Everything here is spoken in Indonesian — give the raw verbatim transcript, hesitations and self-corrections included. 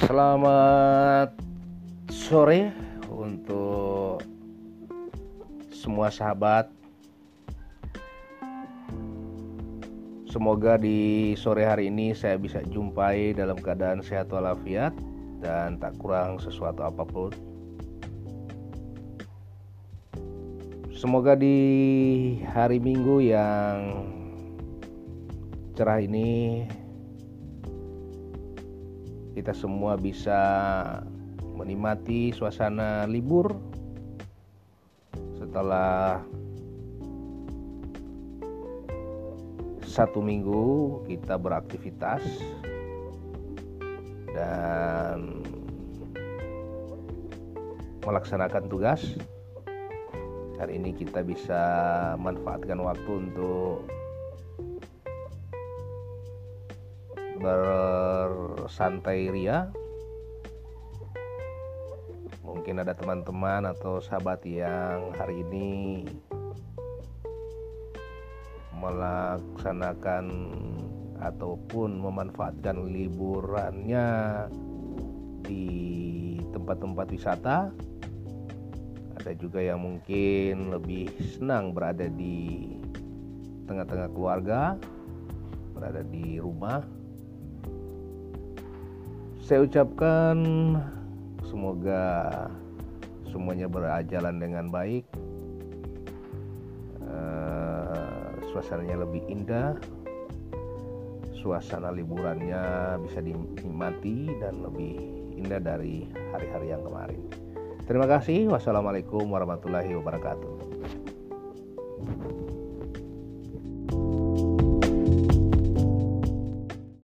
Selamat sore untuk semua sahabat. Semoga di sore hari ini saya bisa jumpai dalam keadaan sehat walafiat dan tak kurang sesuatu apapun. Semoga di hari Minggu yang cerah ini kita semua bisa menikmati suasana libur setelah satu minggu kita beraktivitas dan melaksanakan tugas. Hari ini kita bisa manfaatkan waktu untuk bersantai ria. Mungkin ada teman-teman atau sahabat yang hari ini melaksanakan ataupun memanfaatkan liburannya di tempat-tempat wisata. Ada juga yang mungkin lebih senang berada di tengah-tengah keluarga, berada di rumah. Saya ucapkan semoga semuanya berjalan dengan baik, uh, suasananya lebih indah, suasana liburannya bisa dinikmati dan lebih indah dari hari-hari yang kemarin. Terima kasih. Wassalamualaikum warahmatullahi wabarakatuh.